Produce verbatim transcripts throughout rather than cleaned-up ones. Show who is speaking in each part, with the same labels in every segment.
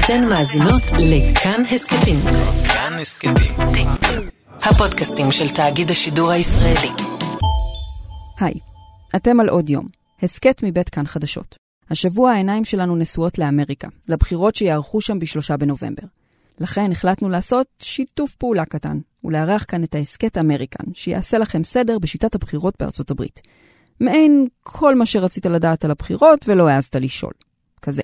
Speaker 1: אתן מאזינות לכאן הסקטים.
Speaker 2: כאן הסקטים.
Speaker 1: הפודקאסטים של תאגיד השידור הישראלי.
Speaker 3: היי, אתם על עוד יום. הסקט מבית כאן חדשות. השבוע העיניים שלנו נשואות לאמריקה, לבחירות שיערכו שם בשלושה בנובמבר. לכן החלטנו לעשות שיתוף פעולה קטן, ולארח כאן את ההסקט אמריקן, שיעשה לכם סדר בשיטת הבחירות בארצות הברית. מעין כל מה שרצית לדעת על הבחירות ולא העזת לשאול. כזה.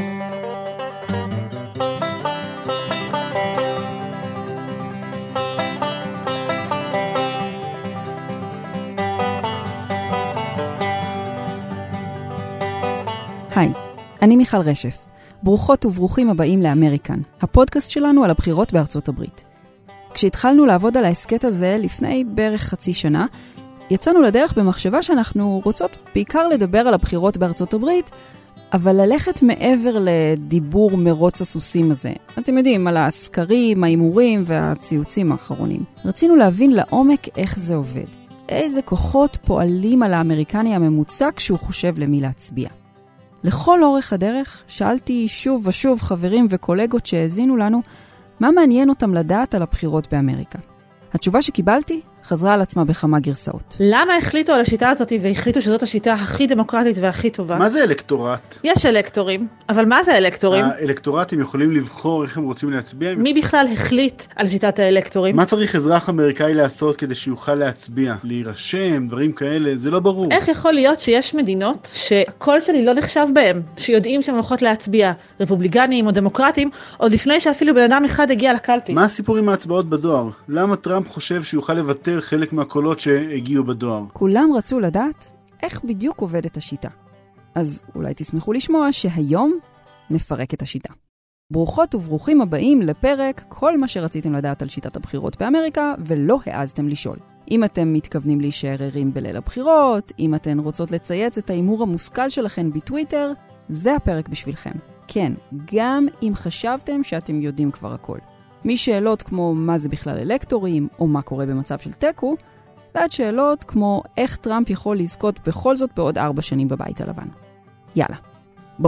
Speaker 3: היי, אני מיכל רשף. ברוכות וברוכים הבאים לאמריקן, הפודקאסט שלנו על הבחירות בארצות הברית. כשהתחלנו לעבוד על ההסקט הזה לפני בערך חצי שנה, יצאנו לדרך במחשבה שאנחנו רוצות בעיקר לדבר על הבחירות בארצות הברית, אבל ללכת מעבר לדיבור מרוץ הסוסים הזה. אתם יודעים, על הסקרים, האימורים והציוצים האחרונים. רצינו להבין לעומק איך זה עובד. איזה כוחות פועלים על האמריקני הממוצע כשהוא חושב למי להצביע. לכל אורך הדרך שאלתי שוב ושוב חברים וקולגות שהאזינו לנו, מה מעניין אותם לדעת על הבחירות באמריקה. התשובה שקיבלתי חזרה על עצמה בכמה גרסאות.
Speaker 4: למה החליטו על השיטה הזאת והחליטו שזאת השיטה הכי דמוקרטית והכי טובה?
Speaker 5: מה זה אלקטורט?
Speaker 4: יש אלקטורים, אבל מה זה אלקטורים?
Speaker 5: האלקטורטים יכולים לבחור איך הם רוצים להצביע.
Speaker 4: מי בכלל החליט על שיטת האלקטורים?
Speaker 5: מה צריך אזרח אמריקאי לעשות כדי שיוכל להצביע? להירשם, דברים כאלה, זה לא ברור.
Speaker 4: איך יכול להיות שיש מדינות שהקול שלי לא נחשב בהם, שיודעים שהן הולכות להצביע, רפובליקנים או דמוקרטים, עוד לפני שאפילו בן אדם אחד הגיע לקלפי?
Speaker 5: מה הסיפור עם ההצבעות בדואר? למה טראמפ חושב שיוכל לבטל חלק מהקולות שהגיעו בדואר?
Speaker 3: כולם רצו לדעת איך בדיוק עובדת השיטה. אז אולי תשמחו לשמוע שהיום נפרק את השיטה. ברוכות וברוכים הבאים לפרק כל מה שרציתם לדעת על שיטת הבחירות באמריקה ולא העזתם לשאול. אם אתם מתכוונים להישאר ערים בליל הבחירות, אם אתן רוצות לצייץ את האימור המושכל שלכם בטוויטר, זה הפרק בשבילכם. כן, גם אם חשבתם שאתם יודעים כבר הכל. משאלות כמו מה זה בכלל אלקטורים, או מה קורה במצב של טקו, ועד שאלות כמו איך טראמפ יכול לזכות בכל זאת בעוד ארבע שנים בבית הלבן. יאללה, בואו.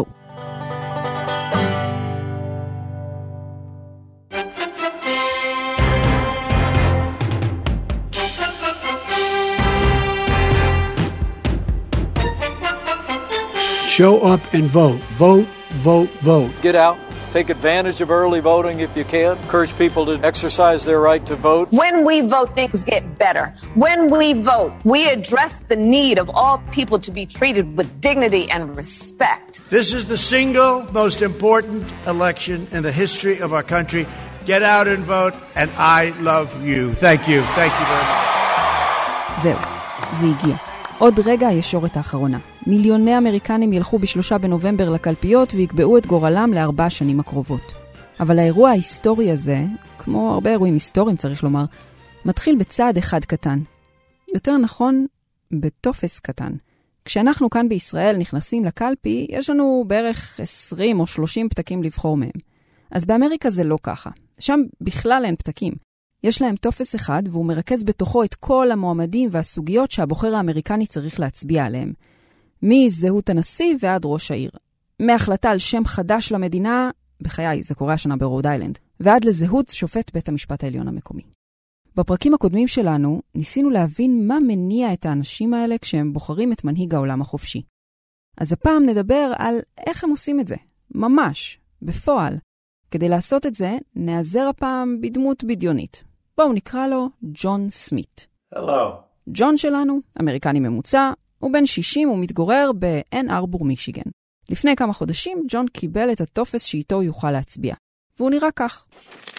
Speaker 6: Show up and vote. Vote, vote, vote.
Speaker 7: Get out. Take advantage of early voting if you can. Encourage people to exercise their right to vote.
Speaker 8: When we vote, things get better. When we vote, we address the need of all people to be treated with dignity and respect.
Speaker 6: This is the single most important election in the history of our country. Get out and vote, and I love you. Thank you. Thank you very much.
Speaker 3: זהו, זה הגיע. עוד רגע הישורת האחרונה. מיליוני אמריקנים ילכו בשלושה בנובמבר לקלפיות ויקבעו את גורלם לארבע שנים הקרובות. אבל האירוע ההיסטורי הזה, כמו הרבה אירועים היסטוריים צריך לומר, מתחיל בצעד אחד קטן. יותר נכון, בטופס קטן. כשאנחנו כאן בישראל נכנסים לקלפי, יש לנו בערך עשרים או שלושים פתקים לבחור מהם. אז באמריקה זה לא ככה. שם בכלל אין פתקים. יש להם טופס אחד, והוא מרכז בתוכו את כל המועמדים והסוגיות שהבוחר האמריקני צריך להצביע עליהם. מזהות הנשיא ועד ראש העיר. מהחלטה על שם חדש למדינה, בחיי, זה קורה השנה ברוד איילנד, ועד לזהות שופט בית המשפט העליון המקומי. בפרקים הקודמים שלנו, ניסינו להבין מה מניע את האנשים האלה כשהם בוחרים את מנהיג העולם החופשי. אז הפעם נדבר על איך הם עושים את זה, ממש, בפועל. כדי לעשות את זה, נעזר הפעם בדמות בדיונית. בואו נקרא לו ג'ון סמית.
Speaker 9: Hello.
Speaker 3: ג'ון שלנו, אמריקני ממוצע, הוא בן שישים ומתגורר באן ארבור, מישיגן. לפני כמה חודשים, ג'ון קיבל את הטופס שאיתו יוכל להצביע. והוא נראה כך.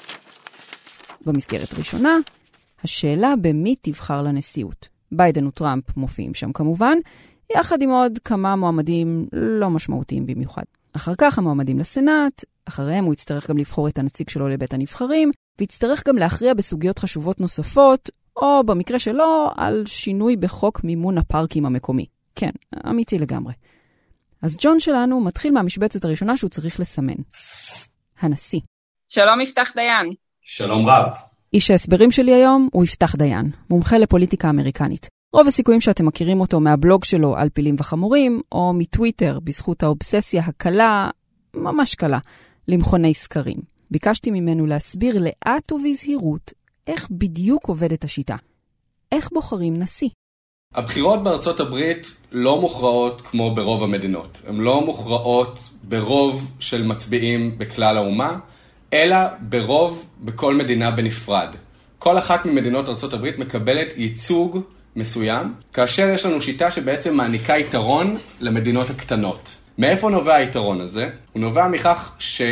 Speaker 3: במסגרת ראשונה, השאלה במי תבחר לנשיאות. ביידן וטראמפ מופיעים שם כמובן, יחד עם עוד כמה מועמדים לא משמעותיים במיוחד. אחר כך המועמדים לסנאט, אחריהם הוא יצטרך גם לבחור את הנציג שלו לבית הנבחרים, ויצטרך גם להכריע בסוגיות חשובות נוספות, או במקרה שלו, על שינוי בחוק מימון הפארקים המקומי. כן, אמיתי לגמרי. אז ג'ון שלנו מתחיל מהמשבצת הראשונה שהוא צריך לסמן. הנשיא.
Speaker 10: שלום יפתח דיין.
Speaker 9: שלום רב.
Speaker 3: איש ההסברים שלי היום הוא יפתח דיין, מומחה לפוליטיקה אמריקנית. רוב הסיכויים שאתם מכירים אותו מהבלוג שלו על פילים וחמורים, או מטוויטר בזכות האובססיה הקלה, ממש קלה, למכוני סקרים. ביקשתי ממנו להסביר לאט ובזהירות איך בדיוק עובדת השיטה. איך בוחרים נשיא?
Speaker 2: הבחירות בארצות הברית לא מוכרעות כמו ברוב המדינות. הן לא מוכרעות ברוב של מצביעים בכלל האומה, אלא ברוב בכל מדינה בנפרד. כל אחת ממדינות ארצות הברית מקבלת ייצוג מסוים, כאשר יש לנו שיטה שבעצם מעניקה יתרון למדינות הקטנות. מאיפה נובע היתרון הזה? הוא נובע מכך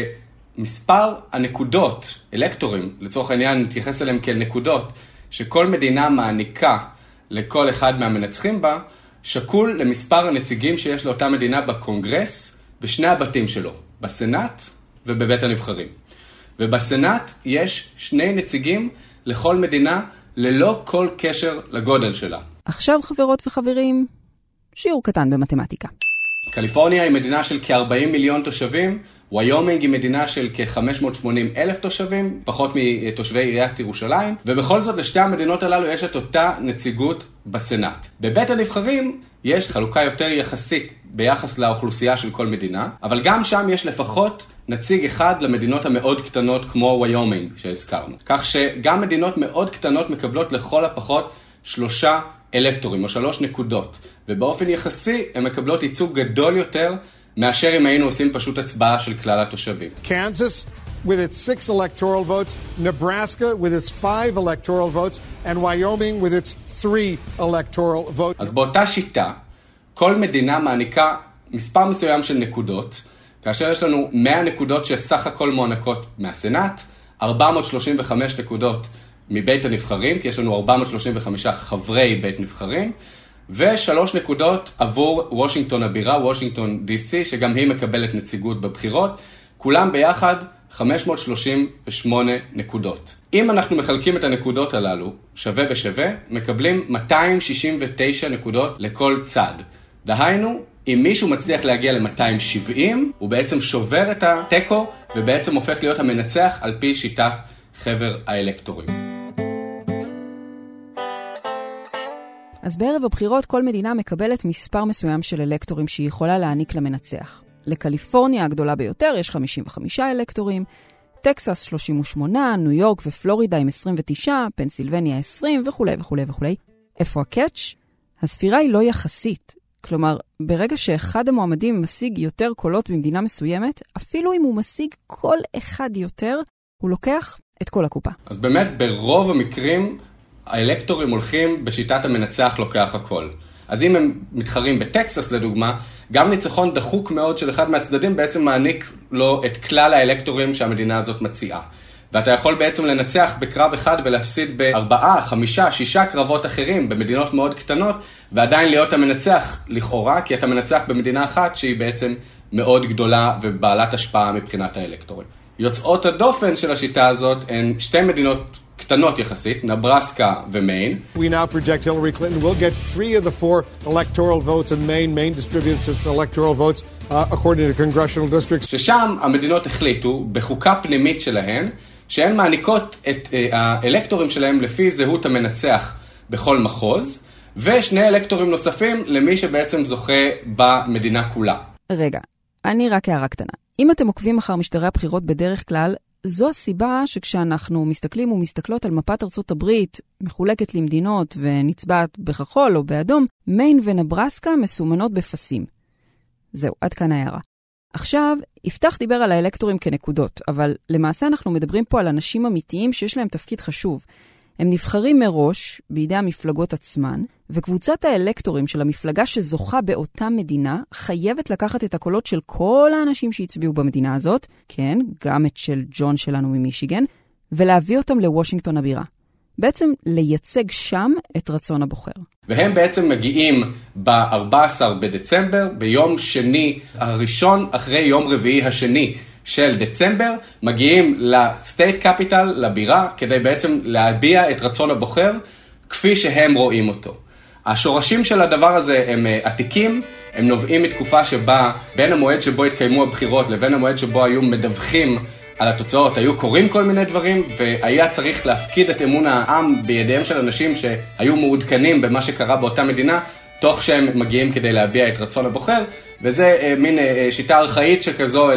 Speaker 2: שמספר הנקודות, אלקטורים, לצורך העניין נתייחס אליהם כאל נקודות, שכל מדינה מעניקה לכל אחד מהמנצחים בה, שקול למספר הנציגים שיש לאותה מדינה בקונגרס, בשני הבתים שלו, בסנאט ובבית הנבחרים. ובסנאט יש שני נציגים לכל מדינה ללא כל קשר לגודל שלה.
Speaker 3: עכשיו חברות וחברים, שיעור קטן במתמטיקה.
Speaker 2: קליפורניה היא מדינה של כ-ארבעים מיליון תושבים, ויומינג היא מדינה של כ-חמש מאות ושמונים אלף תושבים, פחות מתושבי עיריית ירושלים, ובכל זאת לשתי המדינות הללו יש את אותה נציגות בסנאט. בבית הנבחרים יש חלוקה יותר יחסית ביחס לאוכלוסייה של כל מדינה, אבל גם שם יש לפחות נציג אחד למדינות המאוד קטנות כמו ויומינג שהזכרנו. כך שגם מדינות מאוד קטנות מקבלות לכל הפחות שלושה אלקטורים או שלוש נקודות, ובאופן יחסי הן מקבלות ייצוג גדול יותר מאשר אם היינו עושים פשוט הצבעה של כלל התושבים.
Speaker 9: Kansas with its six electoral votes, Nebraska with its five electoral votes, and Wyoming with its three electoral votes.
Speaker 2: אז באותה שיטה, כל מדינה מעניקה מספר מסוים של נקודות, כאשר יש לנו מאה נקודות שסך הכל מוענקות מהסנאט, ארבע מאות שלושים וחמש נקודות מבית הנבחרים, כי יש לנו ארבע מאות שלושים וחמש חברי בית נבחרים, ושלוש נקודות עבור וושינגטון הבירה, וושינגטון די סי, שגם היא מקבלת נציגות בבחירות, כולם ביחד חמש מאות שלושים ושמונה נקודות. אם אנחנו מחלקים את הנקודות הללו, שווה בשווה, מקבלים מאתיים שישים ותשע נקודות לכל צד. דהיינו, אם מישהו מצליח להגיע ל-מאתיים שבעים, הוא בעצם שובר את הטקו, ובעצם הופך להיות המנצח על פי שיטת חבר האלקטורים.
Speaker 3: אז בערב הבחירות כל מדינה מקבלת מספר מסוים של אלקטורים שהיא יכולה להעניק למנצח. לקליפורניה הגדולה ביותר יש חמישים וחמישה אלקטורים, טקסס שלושים ושמונה, ניו יורק ופלורידה עם עשרים ותשע, פנסילבניה עשרים וכו' וכו' וכו'. איפה הקאץ'? הספירה היא לא יחסית. כלומר, ברגע שאחד המועמדים משיג יותר קולות במדינה מסוימת, אפילו אם הוא משיג כל אחד יותר, הוא לוקח את כל הקופה.
Speaker 2: אז באמת ברוב המקרים האלקטורים הולכים בשיטת המנצח לוקח הכל. אז אם הם מתחרים בטקסס לדוגמה, גם ניצחון דחוק מאוד של אחד מהצדדים בעצם מעניק לו את כלל האלקטורים שהמדינה הזאת מציעה. ואתה יכול בעצם לנצח בקרב אחד ולהפסיד בארבעה, חמישה, שישה קרבות אחרים במדינות מאוד קטנות, ועדיין להיות המנצח לכאורה, כי אתה מנצח במדינה אחת שהיא בעצם מאוד גדולה ובעלת השפעה מבחינת האלקטורים. יוצאות הדופן של השיטה הזאת הן שתי מדינות קטנות יחסית, נברסקה ומיין.
Speaker 9: We now project Hillary Clinton will get three of the four electoral votes in Maine. Maine distributes its electoral votes uh, according to congressional districts.
Speaker 2: ששם המדינות החליטו בחוקה פנימית שלהן, שהן מעניקות את uh, האלקטורים שלהם לפי זהות המנצח בכל מחוז, ושני אלקטורים נוספים למי שבעצם זוכה במדינה כולה.
Speaker 3: רגע, אני רק הערה קטנה. אם אתם עוקבים אחר משטרי הבחירות בדרך כלל, זו הסיבה שכשאנחנו מסתכלים ומסתכלות על מפת ארצות הברית, מחולקת למדינות ונצבעת בכחול או באדום, מיין ונברסקה מסומנות בפסים. זהו, עד כאן הערה. עכשיו, יפתח דיבר על האלקטורים כנקודות, אבל למעשה אנחנו מדברים פה על אנשים אמיתיים שיש להם תפקיד חשוב. הם נבחרים מראש בידי המפלגות עצמן, וקבוצת האלקטורים של המפלגה שזוכה באותה מדינה חייבת לקחת את הקולות של כל האנשים שהצביעו במדינה הזאת, כן, גם את של ג'ון שלנו ממישיגן, ולהביא אותם לוושינגטון הבירה. בעצם לייצג שם את רצון הבוחר.
Speaker 2: והם בעצם מגיעים ב-ארבעה עשר בדצמבר, ביום שני הראשון אחרי יום רביעי השני של דצמבר, מגיעים לסטייט קפיטל, לבירה, כדי בעצם להביע את רצון הבוחר כפי שהם רואים אותו. השורשים של הדבר הזה הם עתיקים, הם נובעים מתקופה שבה בין המועד שבו התקיימו הבחירות לבין המועד שבו היו מדווחים על התוצאות, היו קוראים כל מיני דברים, והיה צריך להפקיד את אמון העם בידיהם של אנשים שהיו מעודכנים במה שקרה באותה מדינה, תוך שהם מגיעים כדי להביע את רצון הבוחר, וזה מין שיטה ארכאית שכזו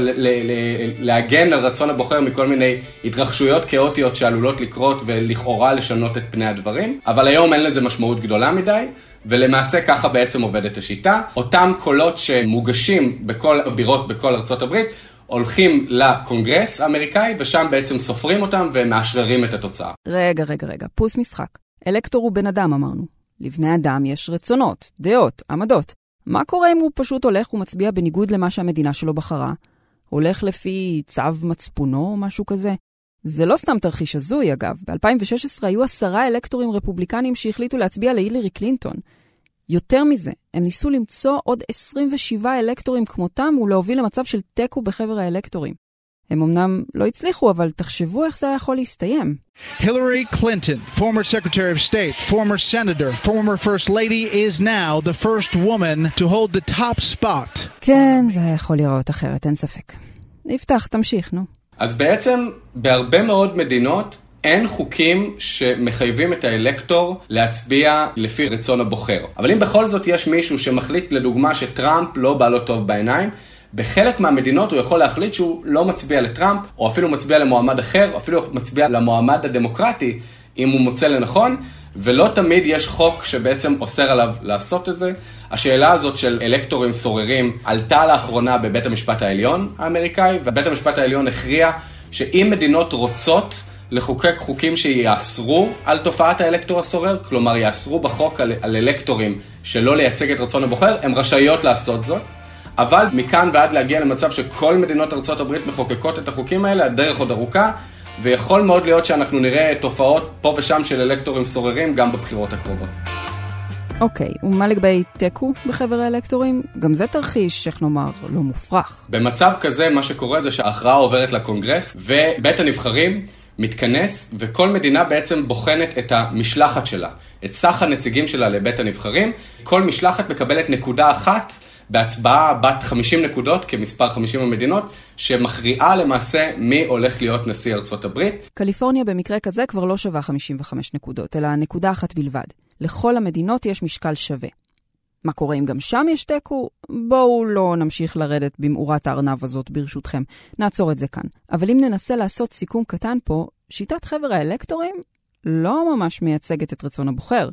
Speaker 2: להגן על רצון הבוחר מכל מיני התרחשויות כאוטיות שעלולות לקרות ולכאורה לשנות את פני הדברים, אבל היום אין לזה משמעות גדולה מדי, ולמעשה ככה בעצם עובדת השיטה. אותם קולות שמוגשים בכל הבירות בכל ארצות הברית, הולכים לקונגרס האמריקאי, ושם בעצם סופרים אותם ומאשררים את התוצאה.
Speaker 3: רגע, רגע, רגע, פוס משחק. אלקטור הוא בן אדם, אמרנו. לבני אדם יש רצונות, דעות, עמדות. מה קורה אם הוא פשוט הולך ומצביע בניגוד למה שהמדינה שלו בחרה? הולך לפי צו מצפונו או משהו כזה? זה לא סתם תרחיש הזוי, אגב. ב-אלפיים ושש עשרה היו עשרה אלקטורים רפובליקנים שהחליטו להצביע להילרי קלינטון. יותר מזה, הם ניסו למצוא עוד עשרים ושבעה אלקטורים כמותם ולהוביל למצב של טקו בחבר האלקטורים. הם אמנם לא הצליחו, אבל תחשבו איך זה יכול להסתיים.
Speaker 11: Hillary Clinton, former Secretary of State, former Senator, former First Lady, is now the first woman to hold the top spot.
Speaker 3: כן, זה יכול לראות אחרת, אין ספק. נפתח, תמשיך, נו.
Speaker 2: אז בעצם, בהרבה מאוד מדינות, אין חוקים שמחייבים את האלקטור להצביע לפי רצון הבוחר. אבל אם בכל זאת יש מישהו שמחליט לדוגמה שטראמפ לא בא לו טוב בעיניים, בחלק מהמדינות הוא יכול להחליט שהוא לא מצביע לטראמפ, או אפילו מצביע למועמד אחר, או אפילו מצביע למועמד הדמוקרטי, אם הוא מוצא לנכון, ולא תמיד יש חוק שבעצם אוסר עליו לעשות את זה. השאלה הזאת של אלקטורים סוררים עלתה לאחרונה בבית המשפט העליון האמריקאי, ובית המשפט העליון הכריע שאם מדינות רוצות לחוקק חוקים שיאסרו על תופעת האלקטור הסורר, כלומר יאסרו בחוק על, על אלקטורים שלא לייצג את רצון הבוחר, הן רשאיות לעשות זאת. אבל מכאן ועד להגיע למצב שכל מדינות ארצות הברית מחוקקות את החוקים האלה, הדרך עוד ארוכה, ויכול מאוד להיות שאנחנו נראה תופעות פה ושם של אלקטורים סוררים גם בבחירות הקרובות.
Speaker 3: אוקיי, ומה לגבי טקו בחבר האלקטורים? גם זה תרחיש, איך נאמר, לא מופרך.
Speaker 2: במצב כזה מה שקורה זה שההכרעה עוברת לקונגרס, ובית הנבחרים מתכנס, וכל מדינה בעצם בוחנת את המשלחת שלה, את סך הנציגים שלה לבית הנבחרים. כל משלחת מקבלת נקודה אחת בהצבעה בת חמישים נקודות, כמספר חמישים המדינות, שמכריעה למעשה מי הולך להיות נשיא ארצות הברית.
Speaker 3: קליפורניה במקרה כזה כבר לא שווה חמישים וחמש נקודות, אלא נקודה אחת בלבד. לכל המדינות יש משקל שווה. מה קורה אם גם שם יש טקו? בואו לא נמשיך לרדת במאורת הארנב הזאת ברשותכם. נעצור את זה כאן. אבל אם ננסה לעשות סיכום קטן פה, שיטת חבר האלקטורים לא ממש מייצגת את רצון הבוחר.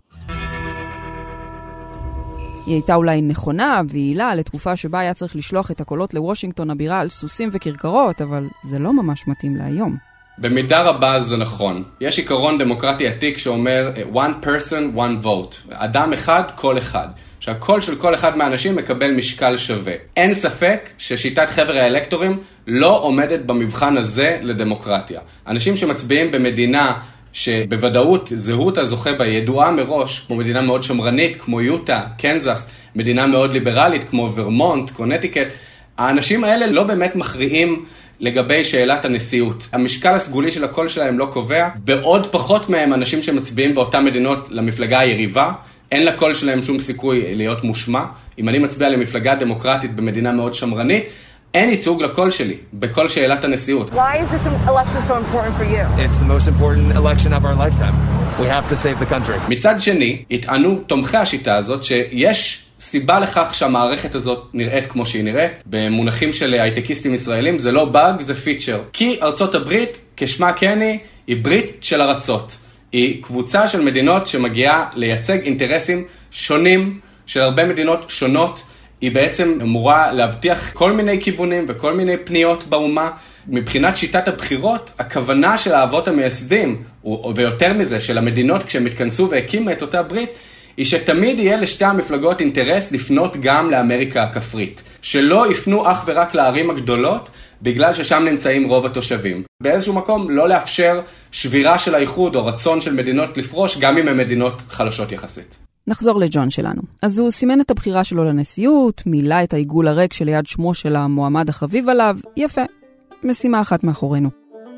Speaker 3: היא הייתה אולי נכונה ויעילה לתקופה שבה היה צריך לשלוח את הקולות לוושינגטון הבירה על סוסים וכרכרות, אבל זה לא ממש מתאים להיום.
Speaker 2: במידה רבה זה נכון. יש עיקרון דמוקרטי עתיק שאומר one person, one vote. אדם אחד, כל אחד. שהקול של כל אחד מהאנשים מקבל משקל שווה. אין ספק ששיטת חבר האלקטורים לא עומדת במבחן הזה לדמוקרטיה. אנשים שמצביעים במדינה שבוודאות זהות הזוכה בה ידועה מראש, כמו מדינה מאוד שמרנית, כמו יוטה, קנזס, מדינה מאוד ליברלית, כמו ורמונט, קונטיקט, האנשים האלה לא באמת מכריעים לגבי שאלת הנשיאות. המשקל הסגולי של הקול שלהם לא קובע, בעוד פחות מהם אנשים שמצביעים באותן מדינות למפלגה היריבה, אין לקול שלהם שום סיכוי להיות מושמע. אם אני מצביע למפלגה דמוקרטית במדינה מאוד שמרנית, אין ייצוג לקול שלי, בכל שאלת הנשיאות.
Speaker 8: Why is this election so important for you?
Speaker 12: It's the most important election of our lifetime. We have to save the country.
Speaker 2: מצד שני, יטענו תומכי השיטה הזאת שיש סיבה לכך שהמערכת הזאת נראית כמו שהיא נראית. במונחים של הייטקיסטים ישראלים זה לא באג, זה פיצ'ר. כי ארצות הברית, כשמה כן היא, היא ברית של ארצות. היא קבוצה של מדינות שמגיעה לייצג אינטרסים שונים של הרבה מדינות שונות. היא בעצם אמורה להבטיח כל מיני כיוונים וכל מיני פניות באומה. מבחינת שיטת הבחירות, הכוונה של האבות המייסדים, ויותר מזה, של המדינות כשהם התכנסו והקימו את אותה ברית, היא שתמיד יהיה לשתי המפלגות אינטרס לפנות גם לאמריקה הכפרית. שלא יפנו אך ורק לערים הגדולות, בגלל ששם נמצאים רוב התושבים. באיזשהו מקום לא לאפשר שבירה של האיחוד או רצון של מדינות לפרוש, גם אם הן מדינות חלשות יחסית.
Speaker 3: נחזור לג'ון שלנו. אז הוא סימן את הבחירה שלו לנשיאות, מילא את העיגול הריק שליד שמו של המועמד החביב עליו, יפה. משימה אחת מאחורינו.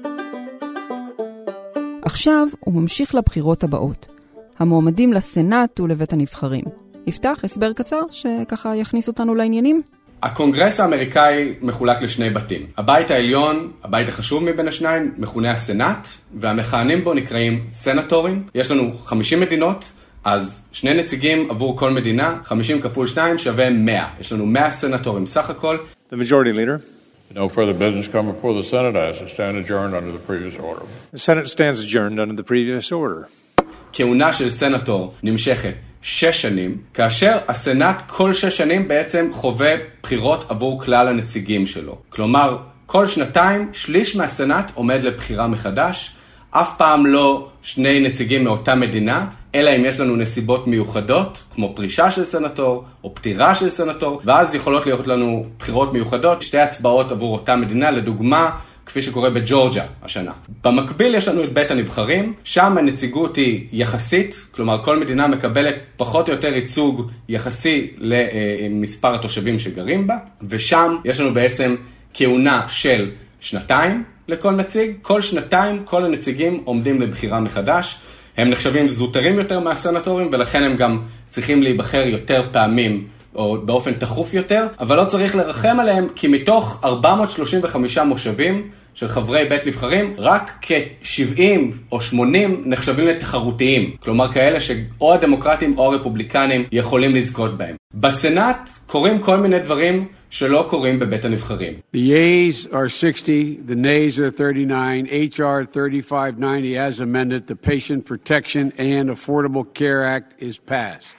Speaker 3: עכשיו הוא ממשיך לבחירות הבאות. המועמדים לסנאט ולבית הנבחרים. יפתח הסבר קצר שככה יכניס אותנו לעניינים?
Speaker 2: הקונגרס האמריקאי מחולק לשני בתים. הבית העליון, הבית החשוב מבין השניים, מכונה הסנאט, והמכהנים בו נקראים סנטורים. יש לנו חמישים מדינות, אז שני נציגים עבור כל מדינה, חמישים כפול שתיים שווה מאה. יש לנו מאה סנטורים סך הכל.
Speaker 13: The majority leader.
Speaker 14: No further business come before the Senate. I ask to stand adjourned under the previous order.
Speaker 13: The Senate stands adjourned under the previous order.
Speaker 2: כהונה של סנטור נמשכת שש שנים, כאשר הסנאט כל שש שנים בעצם חווה בחירות עבור כלל הנציגים שלו. כלומר, כל שנתיים שליש מהסנאט עומד לבחירה מחדש, אף פעם לא שני נציגים מאותה מדינה, אלא אם יש לנו נסיבות מיוחדות, כמו פרישה של סנטור או פטירה של סנטור, ואז יכולות להיות לנו בחירות מיוחדות, שתי הצבעות עבור אותה מדינה, לדוגמה, כפי שקורה בג'ורג'ה השנה. במקביל יש לנו את בית הנבחרים, שם הנציגות היא יחסית, כלומר כל מדינה מקבלת פחות או יותר ייצוג יחסי למספר התושבים שגרים בה, ושם יש לנו בעצם כהונה של שנתיים לכל נציג, כל שנתיים כל הנציגים עומדים לבחירה מחדש, הם נחשבים זוטרים יותר מהסנטורים, ולכן הם גם צריכים להיבחר יותר פעמים, או באופן תחוף יותר, אבל לא צריך לרחם עליהם, כי מתוך ארבע מאות שלושים וחמישה מושבים של חברי בית נבחרים, רק כ-שבעים או שמונים נחשבים לתחרותיים, כלומר כאלה שאו הדמוקרטים או הרפובליקנים יכולים לזכות בהם. בסנאט קורים כל מיני דברים שלא קורים בבית הנבחרים.
Speaker 15: The yeas are sixty, the nays are thirty-nine, H R thirty-five ninety as amended, the Patient Protection and Affordable Care Act is passed.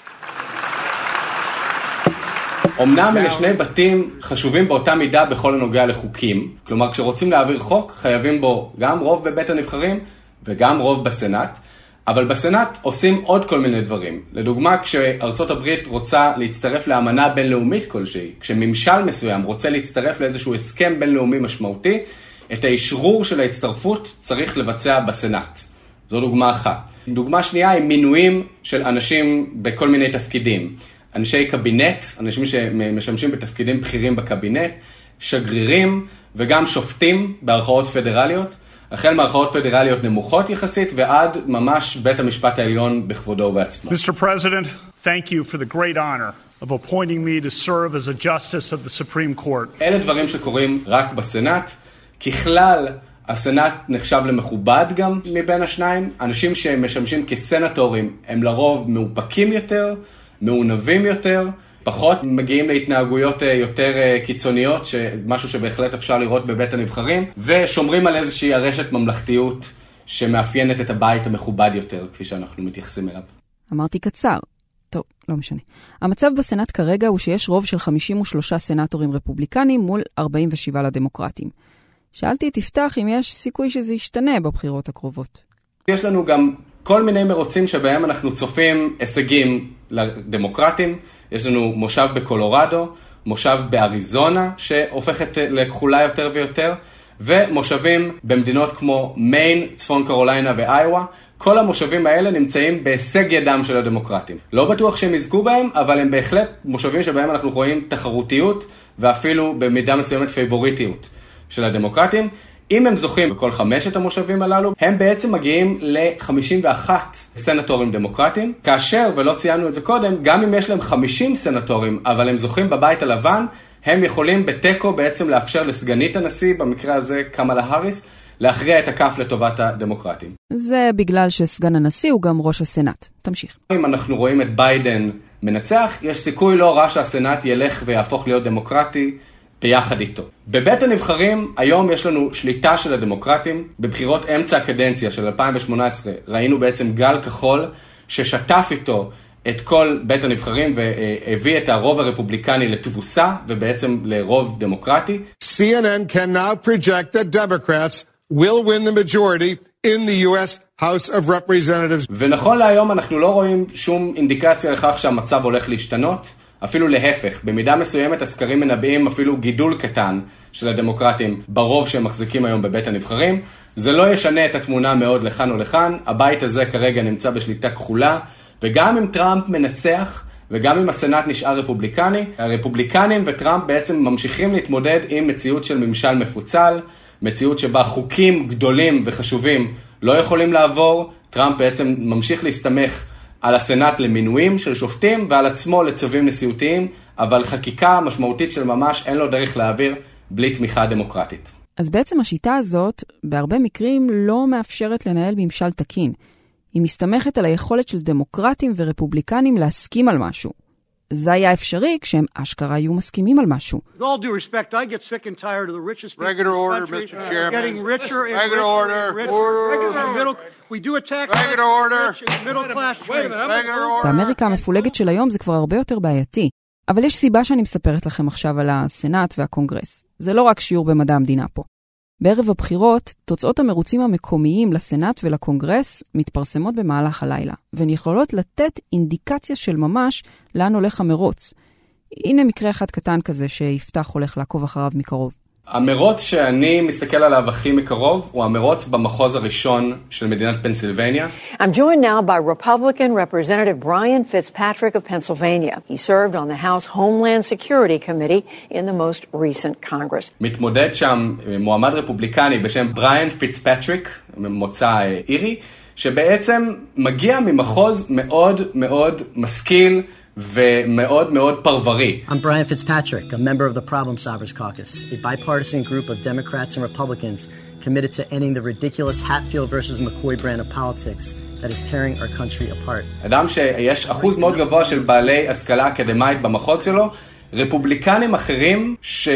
Speaker 2: אמנם אלה שני בתים חשובים באותה מידה בכל הנוגע לחוקים, כלומר כשרוצים להעביר חוק חייבים בו גם רוב בבית הנבחרים וגם רוב בסנאט, אבל בסנאט עושים עוד כל מיני דברים. לדוגמה, כשארצות הברית רוצה להצטרף לאמנה בינלאומית כלשהי, כשממשל מסוים רוצה להצטרף לאיזשהו הסכם בינלאומי משמעותי, את האשרור של ההצטרפות צריך לבצע בסנאט. זו דוגמה אחת. דוגמה שנייה היא מינויים של אנשים בכל מיני תפקידים. אנשי קבינט, אנשים שמשמשים בתפקידים בכירים בקבינט, שגרירים וגם שופטים בערכאות פדרליות, החל מערכאות פדרליות נמוכות יחסית ועד ממש בית המשפט העליון בכבודו ובעצמו.
Speaker 16: Mister President, thank you for the great honor of appointing me to serve as a justice of the Supreme Court.
Speaker 2: אלה דברים שקורים רק בסנאט. ככלל, הסנאט נחשב למכובד גם מבין השניים. אנשים שמשמשים כסנטורים הם לרוב מאופקים יותר, מעונבים יותר, פחות מגיעים להתנהגויות יותר קיצוניות, משהו שבהחלט אפשר לראות בבית הנבחרים, ושומרים על איזושהי הרשת ממלכתיות שמאפיינת את הבית המכובד יותר, כפי שאנחנו מתייחסים אליו.
Speaker 3: אמרתי קצר. טוב, לא משנה. המצב בסנאט כרגע הוא שיש רוב של חמישים ושלושה סנטורים רפובליקנים מול ארבעים ושבעה לדמוקרטים. שאלתי את יפתח אם יש סיכוי שזה ישתנה בבחירות הקרובות.
Speaker 2: יש לנו גם כל מיני מרוצים שבהם אנחנו צופים הישגים לדמוקרטים. יש לנו מושב בקולורדו, מושב באריזונה שהופכת לכחולה יותר ויותר, ומושבים במדינות כמו מיין, צפון קרוליינה ואיווה. כל המושבים האלה נמצאים בהישג ידם של הדמוקרטים. לא בטוח שהם יזכו בהם, אבל הם בהחלט מושבים שבהם אנחנו רואים תחרותיות ואפילו במידה מסוימת פייבוריטיות של הדמוקרטים. אם הם זוכים בכל חמשת המושבים הללו, הם בעצם מגיעים ל-חמישים ואחד סנטורים דמוקרטים, כאשר, ולא ציינו את זה קודם, גם אם יש להם חמישים סנטורים, אבל הם זוכים בבית הלבן, הם יכולים בטקו בעצם לאפשר לסגנית הנשיא, במקרה הזה קמאלה האריס, להכריע את הכף לטובת הדמוקרטים.
Speaker 3: זה בגלל שסגן הנשיא הוא גם ראש הסנאט. תמשיך.
Speaker 2: אם אנחנו רואים את ביידן מנצח, יש סיכוי לא רע שהסנאט ילך ויהפוך להיות דמוקרטי, ביחד איתו. בבית הנבחרים, היום יש לנו שליטה של הדמוקרטים. בבחירות אמצע הקדנציה של אלפיים שמונה עשרה ראינו בעצם גל כחול ששטף איתו את כל בית הנבחרים והביא את הרוב הרפובליקני לתבוסה ובעצם לרוב דמוקרטי.
Speaker 9: C N N can now project that Democrats will win the majority in the U S House of Representatives.
Speaker 2: ונכון להיום אנחנו לא רואים שום אינדיקציה לכך שהמצב הולך להשתנות. אפילו להפך, במידה מסוימת הסקרים מנבאים אפילו גידול קטן של הדמוקרטים ברוב שהם מחזיקים היום בבית הנבחרים. זה לא ישנה את התמונה מאוד לכאן או לכאן, הבית הזה כרגע נמצא בשליטה כחולה, וגם אם טראמפ מנצח, וגם אם הסנאט נשאר רפובליקני, הרפובליקנים וטראמפ בעצם ממשיכים להתמודד עם מציאות של ממשל מפוצל, מציאות שבה חוקים גדולים וחשובים לא יכולים לעבור. טראמפ בעצם ממשיך להסתמך על הסנאט למינויים של שופטים ועל עצמו לצווים נשיאותיים, אבל חקיקה משמעותית של ממש אין לו דרך להעביר בלי תמיכה דמוקרטית.
Speaker 3: אז בעצם השיטה הזאת בהרבה מקרים לא מאפשרת לנהל ממשל תקין. היא מסתמכת על היכולת של דמוקרטים ורפובליקנים להסכים על משהו. זה היה אפשרי כשהם אשכרה היו מסכימים על משהו.
Speaker 6: With all due respect, I get sick and tired of the richest people
Speaker 14: Regular
Speaker 6: in
Speaker 14: order,
Speaker 6: the country
Speaker 14: Mister Chairman.
Speaker 6: getting richer and
Speaker 14: Regular
Speaker 6: richer
Speaker 14: order.
Speaker 6: and richer.
Speaker 14: Order.
Speaker 6: Regular middle. We do a tax
Speaker 14: Regular order.
Speaker 6: middle class.
Speaker 14: Regular order.
Speaker 3: באמריקה המפולגת של היום זה כבר הרבה יותר בעייתי. אבל יש סיבה שאני מספרת לכם עכשיו על הסנאט והקונגרס. זה לא רק שיעור במדע המדינה פה. בערב הבחירות, תוצאות המרוצים המקומיים לסנאט ולקונגרס מתפרסמות במהלך הלילה, והן יכולות לתת אינדיקציה של ממש לאן הולך המרוץ. הנה מקרה אחד קטן כזה שיפתח הולך לעקוב אחריו מקרוב.
Speaker 2: המרוץ שאני מסתכל עליו הכי מקרוב הוא המרוץ במחוז הראשון של מדינת פנסילבניה.
Speaker 17: I'm joined now by Republican Representative Brian Fitzpatrick of Pennsylvania. He served on the House Homeland Security Committee in the most recent Congress.
Speaker 2: מתמודד שם מועמד רפובליקני בשם בריאן פיטספטריק, ממוצא אירי, שבעצם מגיע ממחוז מאוד מאוד משכיל, ומאוד מאוד פרברי.
Speaker 18: I'm Brian Fitzpatrick, a member of the Problem Solvers Caucus, a bipartisan group of Democrats and Republicans committed to ending the ridiculous Hatfield versus McCoy brand of politics that is tearing our country apart.
Speaker 2: אדם שיש אחוז מאוד גבוה של בעלי השכלה אקדמית במחוז שלו, רפובליקנים אחרים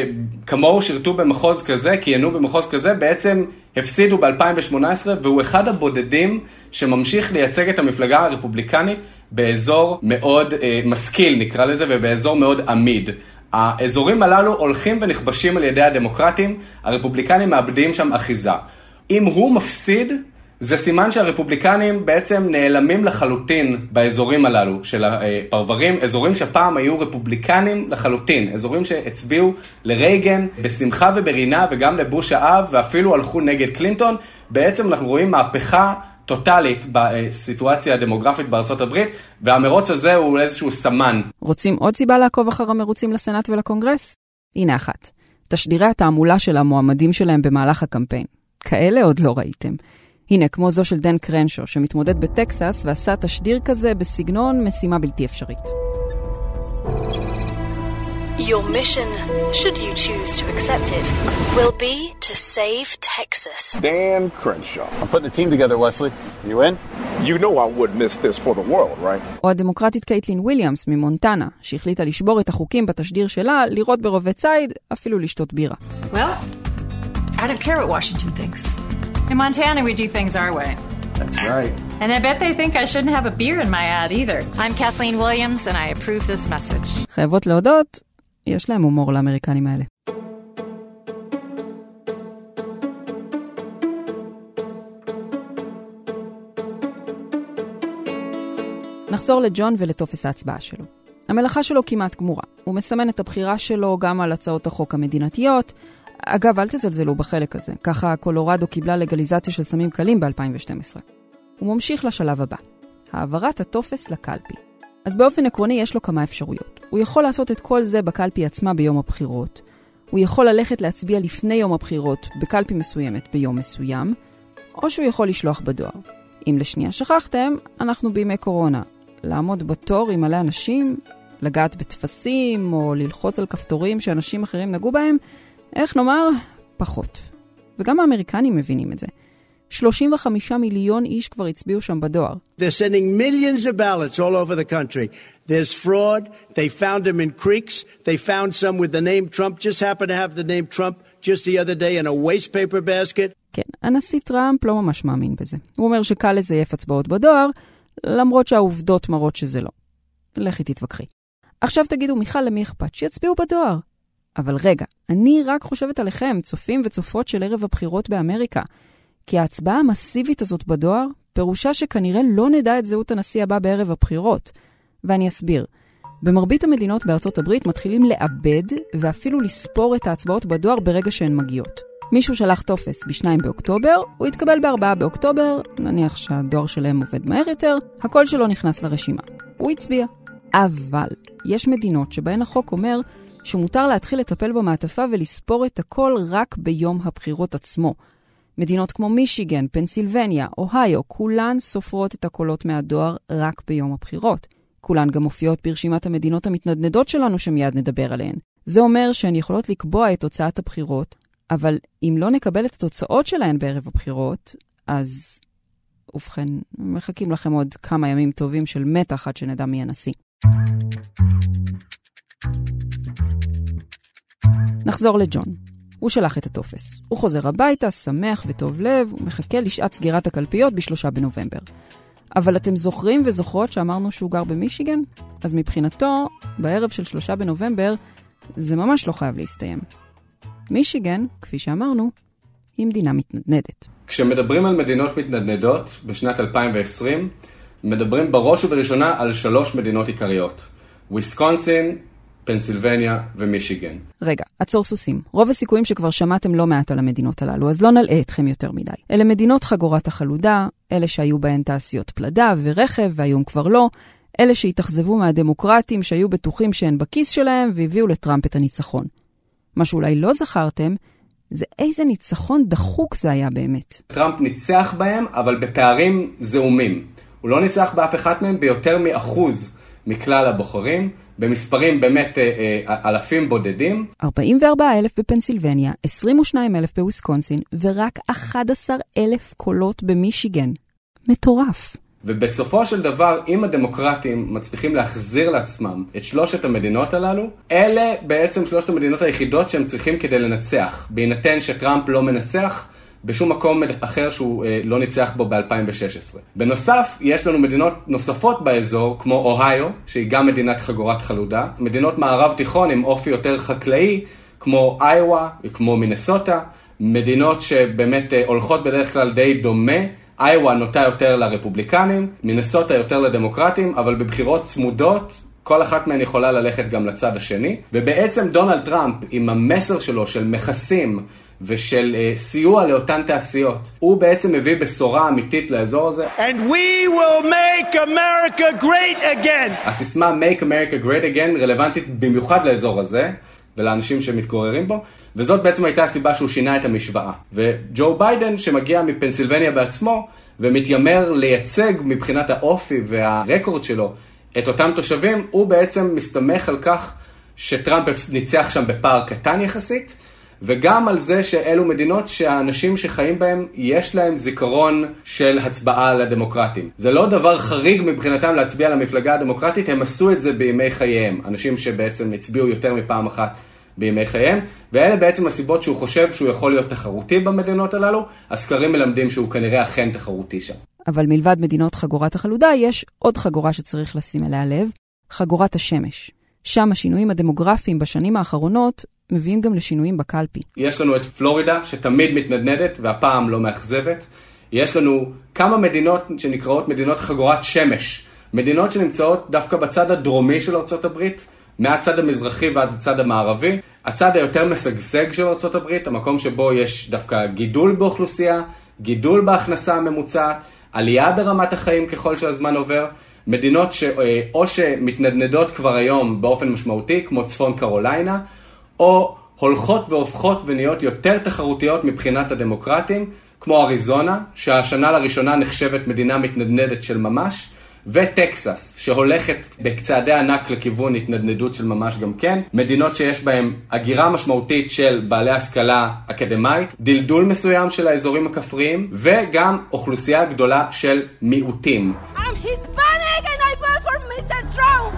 Speaker 2: שכמוהו שירתו במחוז כזה, כיהנו במחוז כזה, בעצם הפסידו ב-אלפיים שמונה עשרה, והוא אחד הבודדים שממשיך לייצג את המפלגה הרפובליקנית באזור מאוד אה, משכיל, נקרא לזה, ובאזור מאוד עמיד. האזורים הללו הולכים ונכבשים על ידי הדמוקרטים, הרפובליקנים מאבדים שם אחיזה. אם הוא מפסיד, זה סימן שהרפובליקנים בעצם נעלמים לחלוטין באזורים הללו של הפרברים, אזורים שפעם היו רפובליקנים לחלוטין, אזורים שהצביעו לרייגן בשמחה וברינה וגם לבוש האב, ואפילו הלכו נגד קלינטון. בעצם אנחנו רואים מהפכה טוטלית בסיטואציה הדמוגרפית בארצות הברית, והמרוץ הזה הוא איזשהו סמן.
Speaker 3: רוצים עוד סיבה לעקוב אחר המרוצים לסנאט ולקונגרס? הנה אחת. תשדירי התעמולה של המועמדים שלהם במהלך הקמפיין. כאלה עוד לא ראיתם. הנה, כמו זו של דן קרנשו, שמתמודד בטקסס ועשה תשדיר כזה בסגנון משימה בלתי אפשרית.
Speaker 19: Your mission, should you choose to accept it, will be to save Texas.
Speaker 20: Dan Crenshaw. I'm putting a team together, Wesley. You in? You know I wouldn't miss this for the world, right?
Speaker 3: או הדמוקרטית קייטלין וויליאמס ממונטנה, שהחליטה לשבור את החוקים בתשדיר שלה, לראות ברובי ציד, אפילו לשתות בירה.
Speaker 21: Well, I don't care what Washington thinks. In Montana, we do things our way.
Speaker 20: That's right.
Speaker 21: And I bet they think I shouldn't have a beer in my ad either. I'm Kathleen Williams, and I approve this message.
Speaker 3: חייבות להודות, יש להם הומור לאמריקנים האלה. נחזור לג'ון ולטופס ההצבעה שלו. המלאכה שלו כמעט גמורה. הוא מסמן את הבחירה שלו גם על הצעות החוק המדינתיות. אגב, אל תזלזלו בחלק הזה. ככה קולורדו קיבלה לגליזציה של סמים קלים ב-אלפיים ושתים עשרה. הוא ממשיך לשלב הבא. העברת הטופס לקלפי. אז באופן עקרוני יש לו כמה אפשרויות. הוא יכול לעשות את כל זה בקלפי עצמה ביום הבחירות. הוא יכול ללכת להצביע לפני יום הבחירות בקלפי מסוימת ביום מסוים, או שהוא יכול לשלוח בדואר. אם לשנייה שכחתם, אנחנו בימי קורונה. לעמוד בתור עם מלא אנשים, לגעת בתפסים או ללחוץ על כפתורים שאנשים אחרים נגעו בהם, איך נאמר? פחות. וגם האמריקנים מבינים את זה. שלושים וחמישה מיליון איש כבר הצביעו שם בדואר.
Speaker 6: They're sending millions of ballots all over the country. There's fraud. They found them in creeks. They found some with the name Trump. Just happened to have the name Trump just the other day in a waste paper basket.
Speaker 3: כן, הנשיא טראמפ לא ממש מאמין בזה. הוא אומר שקל לזייף הצבעות בדואר, למרות שהעובדות מראות שזה לא. לכי תתווכחי. עכשיו תגידו, מיכל, למי אכפת? שיצביעו בדואר. אבל רגע, אני רק חושבת עליכם, צופים וצופות של ערב הבחירות באמריקה. כי ההצבעה המסיבית הזאת בדואר, פירושה שכנראה לא נדע את זהות הנשיא הבא בערב הבחירות. ואני אסביר. במרבית המדינות בארצות הברית מתחילים לאבד ואפילו לספור את ההצבעות בדואר ברגע שהן מגיעות. מישהו שלח טופס בשניים באוקטובר, הוא יתקבל בארבעה באוקטובר, נניח שהדואר שלהם עובד מהר יותר, הקול שלו נכנס לרשימה. הוא הצביע. אבל יש מדינות שבהן החוק אומר שמותר להתחיל לטפל במעטפה ולספור את הכל רק ביום הבחירות עצמו. מדינות כמו מישיגן, פנסילבניה, אוהיו, כולן סופרות את הקולות מהדואר רק ביום הבחירות. כולן גם מופיעות ברשימת המדינות המתנדנדות שלנו שמיד נדבר עליהן. זה אומר שהן יכולות לקבוע את תוצאת הבחירות, אבל אם לא נקבל את התוצאות שלהן בערב הבחירות, אז ובכן, מחכים לכם עוד כמה ימים טובים של מתח עד שנדע מי הנשיא. נחזור לג'ון. הוא שלח את הטופס. הוא חוזר הביתה, שמח וטוב לב, הוא מחכה לשעת סגירת הקלפיות בשלושה בנובמבר. אבל אתם זוכרים וזוכרות שאמרנו שהוא גר במישיגן? אז מבחינתו, בערב של שלושה בנובמבר, זה ממש לא חייב להסתיים. מישיגן, כפי שאמרנו, היא מדינה מתנדנדת.
Speaker 2: כשמדברים על מדינות מתנדנדות בשנת אלפיים ועשרים, מדברים בראש ובראשונה על שלוש מדינות עיקריות. וויסקונסין, פנסילבניה ומישיגן.
Speaker 3: רגע, עצור סוסים. רוב הסיכויים שכבר שמעתם לא מעט על המדינות הללו, אז לא נלאה אתכם יותר מדי. אלה מדינות חגורת החלודה, אלה שהיו בהן תעשיות פלדה ורכב, והיום כבר לא, אלה שהתאכזבו מהדמוקרטים שהיו בטוחים שהן בכיס שלהם והביאו לטראמפ את הניצחון. מה שאולי לא זכרתם, זה איזה ניצחון דחוק זה היה באמת. טראמפ
Speaker 2: ניצח בהם, אבל בפערים זעומים. הוא לא ניצח באף אחד מהם ביותר מאחוז מכלל הבוחרים, במספרים באמת אה, אה, אלפים בודדים.
Speaker 3: ארבעים וארבעה אלף בפנסילבניה, עשרים ושניים אלף בוויסקונסין, ורק אחד עשר אלף קולות במישיגן. מטורף.
Speaker 2: ובסופו של דבר, אם הדמוקרטים מצליחים להחזיר לעצמם את שלושת המדינות הללו, אלה בעצם שלושת המדינות היחידות שהם צריכים כדי לנצח. בהינתן שטראמפ לא מנצח, בשום מקום אחר שהוא אה, לא ניצח בו ב-אלפיים ושש עשרה. בנוסף, יש לנו מדינות נוספות באזור, כמו אוהיו, שהיא גם מדינת חגורת חלודה, מדינות מערב תיכון עם אופי יותר חקלאי, כמו איואה, כמו מינסוטה, מדינות שבאמת אה, הולכות בדרך כלל די דומה, איואה נוטה יותר לרפובליקנים, מינסוטה יותר לדמוקרטים, אבל בבחירות צמודות, כל אחת מהן יכולה ללכת גם לצד השני, ובעצם דונלד טראמפ, עם המסר שלו של מכסים, ושל uh, סיוע לאותן תעשיות. הוא בעצם מביא בשורה אמיתית לאזור הזה.
Speaker 6: And we will make America great again.
Speaker 2: הסיסמה Make America Great Again רלוונטית במיוחד לאזור הזה, ולאנשים שמתגוררים בו, וזאת בעצם הייתה הסיבה שהוא שינה את המשוואה. וג'ו ביידן, שמגיע מפנסילבניה בעצמו, ומתיימר לייצג מבחינת האופי והרקורד שלו את אותם תושבים, הוא בעצם מסתמך על כך שטראמפ ניצח שם בפער קטן יחסית, וגם על זה שאלו מדינות שהאנשים שחיים בהם יש להם זיכרון של הצבעה לדמוקרטים. זה לא דבר חריג מבחינתם להצביע למפלגה הדמוקרטית, הם עשו את זה בימי חייהם. אנשים שבעצם הצביעו יותר מפעם אחת בימי חייהם, ואלה בעצם הסיבות שהוא חושב שהוא יכול להיות תחרותי במדינות הללו. הסקרים מלמדים שהוא כנראה אכן תחרותי שם.
Speaker 3: אבל מלבד מדינות חגורת החלודה, יש עוד חגורה שצריך לשים אליה לב, חגורת השמש. שם השינויים הדמוגרפיים בשנים האחרונות מביאים גם לשינויים בקלפי.
Speaker 2: יש לנו את פלורידה שתמיד מתנדנדת והפעם לא מאכזבת. יש לנו כמה מדינות שנקראות מדינות חגורת שמש. מדינות שנמצאות דווקא בצד הדרומי של ארצות הברית, מהצד המזרחי ועד הצד המערבי. הצד היותר משגשג של ארצות הברית, המקום שבו יש דווקא גידול באוכלוסייה, גידול בהכנסה הממוצעת, עלייה ברמת החיים ככל שהזמן עובר. מדינות שאו שמתנדנדות כבר היום באופן משמעותי, כמו צפון קרוליינה, או הולכות והופכות ונהיות יותר תחרותיות מבחינת הדמוקרטים, כמו אריזונה, שהשנה לראשונה נחשבת מדינה מתנדנדת של ממש, וטקסס, שהולכת בצעדי ענק לכיוון התנדנדות של ממש גם כן. מדינות שיש בהן הגירה משמעותית של בעלי השכלה אקדמית, דלדול מסוים של האזורים הכפריים, וגם אוכלוסייה גדולה של מיעוטים.
Speaker 1: I'm Hispanic and I vote for מיסטר Trump.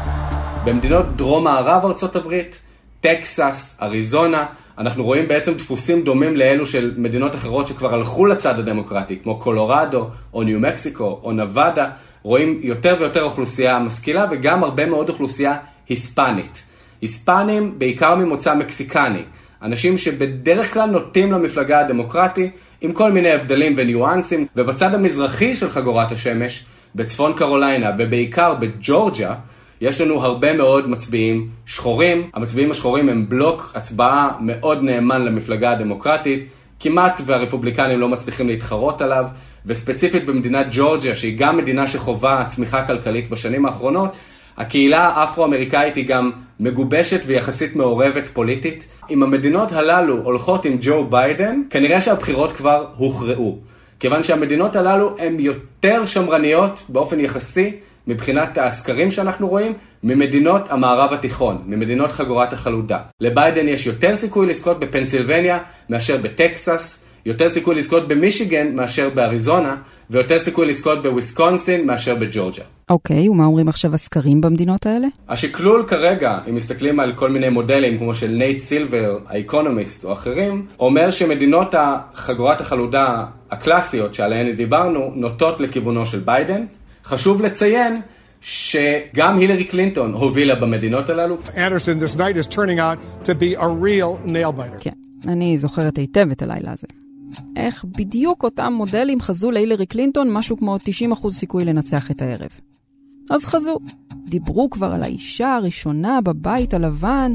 Speaker 2: במדינות דרום מערב ארצות הברית, טקסס, אריזונה, אנחנו רואים בעצם דפוסים דומים לאלו של מדינות אחרות שכבר הלכו לצד הדמוקרטי, כמו קולורדו, או ניו מקסיקו, או נבדה. רואים יותר ויותר אוכלוסייה משכילה, וגם הרבה מאוד אוכלוסייה היספנית. היספנים בעיקר ממוצא מקסיקני, אנשים שבדרך כלל נוטים למפלגה הדמוקרטי, עם כל מיני הבדלים וניואנסים, ובצד המזרחי של חגורת השמש, בצפון קרוליינה ובעיקר בג'ורג'יה, יש לנו הרבה מאוד מצביעים שחורים. המצביעים השחורים הם בלוק הצבעה מאוד נאמן למפלגה הדמוקרטית, כמעט והרפובליקנים לא מצליחים להתחרות עליו, וספציפית במדינת ג'ורג'יה, שהיא גם מדינה שחובה צמיחה כלכלית בשנים האחרונות, הקהילה האפרו-אמריקאית היא גם מגובשת ויחסית מעורבת פוליטית. אם המדינות הללו הולכות עם ג'ו ביידן, כנראה שהבחירות כבר הוכרעו. כיוון שהמדינות הללו הן יותר שמרניות באופן יחסי, מבחינת הסקרים שאנחנו רואים, ממדינות המערב התיכון, ממדינות חגורת החלודה. לביידן יש יותר סיכוי לזכות בפנסילבניה מאשר בטקסס, יותר סיכוי לזכות במישיגן מאשר באריזונה, ויותר סיכוי לזכות בוויסקונסין מאשר בג'ורג'יה.
Speaker 3: אוקיי, ומה אומרים עכשיו הסקרים במדינות האלה?
Speaker 2: השקלול כרגע, אם מסתכלים על כל מיני מודלים, כמו של נייט סילבר, האקונומיסט או אחרים, אומר שמדינות החגורת החלודה הקלאסיות שעליהן דיברנו, נוטות לכיוונו של ביידן. חשוב לציין שגם הילרי קלינטון הובילה במדינות הללו.
Speaker 9: Anderson, this night is turning out to be a real nail biter.
Speaker 3: כן, אני זוכרת היטב את הלילה הזה. איך בדיוק אותם מודלים חזו להילרי קלינטון משהו כמו תשעים אחוז סיכוי לנצח את הערב. אז חזו. דיברו כבר על האישה הראשונה בבית הלבן,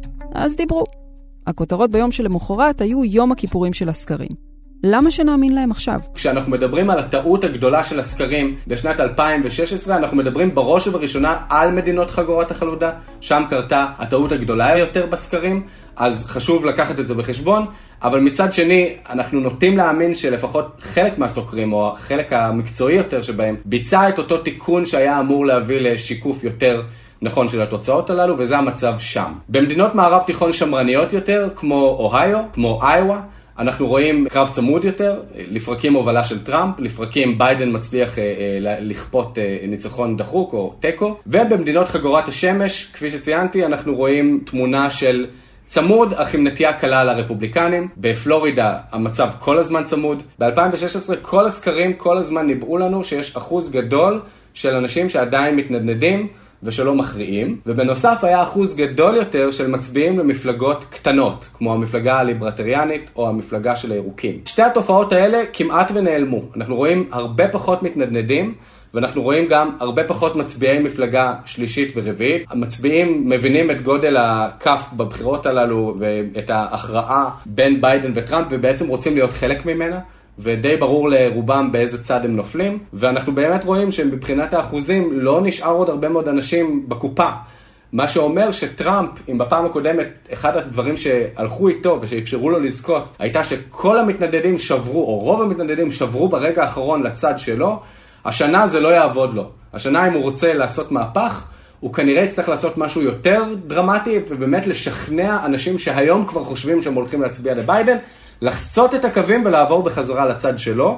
Speaker 3: אז דיברו. הכותרות ביום שלמחרת היו יום הכיפורים של הסקרים. למה שנאמין להם עכשיו?
Speaker 2: כשאנחנו מדברים על הטעות הגדולה של הסקרים בשנת אלפיים ושש עשרה, אנחנו מדברים בראש ובראשונה על מדינות חגורת החלודה, שם קרתה הטעות הגדולה יותר בסקרים, אז חשוב לקחת את זה בחשבון, אבל מצד שני, אנחנו נוטים להאמין שלפחות חלק מהסוקרים, או החלק המקצועי יותר שבהם, ביצע את אותו תיקון שהיה אמור להביא לשיקוף יותר נכון של התוצאות הללו, וזה המצב שם. במדינות מערב תיכון שמרניות יותר, כמו אוהיו, כמו איואה, אנחנו רואים קרב צמוד יותר, לפרקים הובלה של טראמפ, לפרקים ביידן מצליח אה, אה, לכפות אה, ניצחון דחוק או טקו, ובמדינות חגורת השמש, כפי שציינתי, אנחנו רואים תמונה של צמוד, אך עם נטייה קלה לרפובליקנים. בפלורידה המצב כל הזמן צמוד. ב-אלפיים ושש עשרה כל הסקרים כל הזמן ניבאו לנו שיש אחוז גדול של אנשים שעדיין מתנדנדים, ושלא מכריעים, ובנוסף היה אחוז גדול יותר של מצביעים למפלגות קטנות, כמו המפלגה הליברטריאנית או המפלגה של הירוקים. שתי התופעות האלה כמעט ונעלמו. אנחנו רואים הרבה פחות מתנדנדים, ואנחנו רואים גם הרבה פחות מצביעי מפלגה שלישית ורביעית. המצביעים מבינים את גודל הכף בבחירות הללו, ואת ההכרעה בין ביידן וטראמפ, ובעצם רוצים להיות חלק ממנה. ודי ברור לרובם באיזה צד הם נופלים, ואנחנו באמת רואים שמבחינת האחוזים לא נשאר עוד הרבה מאוד אנשים בקופה. מה שאומר שטראמפ, אם בפעם הקודמת אחד הדברים שהלכו איתו ושאפשרו לו לזכות, הייתה שכל המתנדדים שברו, או רוב המתנדדים שברו ברגע האחרון לצד שלו, השנה זה לא יעבוד לו. השנה אם הוא רוצה לעשות מהפך, הוא כנראה יצטרך לעשות משהו יותר דרמטי, ובאמת לשכנע אנשים שהיום כבר חושבים שהם הולכים להצביע לביידן, לחצות את הקווים ולעבור בחזרה לצד שלו.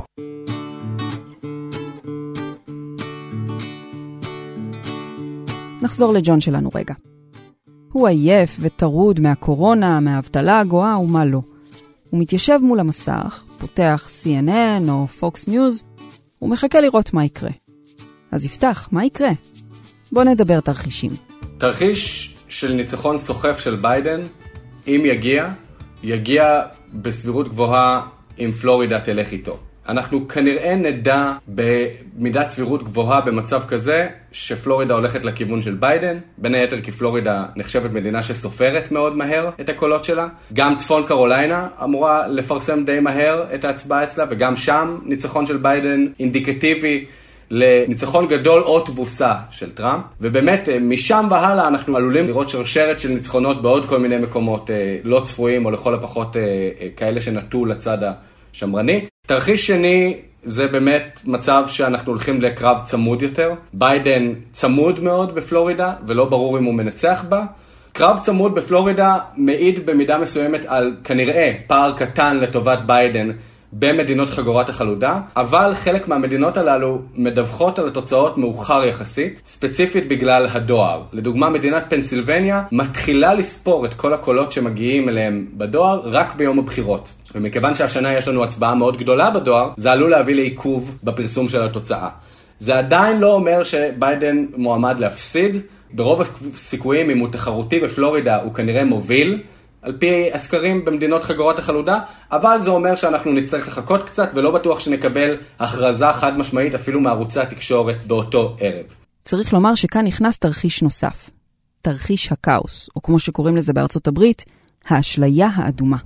Speaker 3: נחזור לג'ון שלנו רגע. הוא עייף וטרוד מהקורונה, מהאבטלה הגואה ומה לא. הוא מתיישב מול המסך, פותח סי אן אן או פוקס ניוז, ומחכה לראות מה יקרה. אז יפתח, מה יקרה? בוא נדבר תרחישים.
Speaker 2: תרחיש של ניצחון סוחף של ביידן, אם יגיע, יגיע בסבירות גבוהה אם פלורידה תלך איתו. אנחנו כנראה נדע במידת סבירות גבוהה במצב כזה שפלורידה הולכת לכיוון של ביידן, בין היתר כי פלורידה נחשבת מדינה שסופרת מאוד מהר את הקולות שלה. גם צפון קרוליינה אמורה לפרסם די מהר את ההצבעה אצלה, וגם שם ניצחון של ביידן אינדיקטיבי לניצחון גדול או תבוסה של טראמפ. ובאמת משם והלאה אנחנו עלולים לראות שרשרת של ניצחונות בעוד כל מיני מקומות אה, לא צפויים, או לכל הפחות אה, אה, כאלה שנטו לצד השמרני. תרחיש שני זה באמת מצב שאנחנו הולכים לקרב צמוד יותר. ביידן צמוד מאוד בפלורידה ולא ברור אם הוא מנצח בה. קרב צמוד בפלורידה מעיד במידה מסוימת על כנראה פער קטן לטובת ביידן במדינות חגורת החלודה, אבל חלק מהמדינות הללו מדווחות על התוצאות מאוחר יחסית, ספציפית בגלל הדואר. לדוגמה, מדינת פנסילבניה מתחילה לספור את כל הקולות שמגיעים אליהם בדואר רק ביום הבחירות. ומכיוון שהשנה יש לנו הצבעה מאוד גדולה בדואר, זה עלול להביא לעיכוב בפרסום של התוצאה. זה עדיין לא אומר שביידן מועמד להפסיד. ברוב הסיכויים, אם הוא תחרותי בפלורידה, הוא כנראה מוביל, על פי הסקרים במדינות חגורות החלודה, אבל זה אומר שאנחנו נצטרך לחכות קצת, ולא בטוח שנקבל הכרזה חד משמעית אפילו מערוצי התקשורת באותו ערב.
Speaker 3: צריך לומר שכאן נכנס תרחיש נוסף. תרחיש הקאוס, או כמו שקוראים לזה בארצות הברית, האשליה האדומה.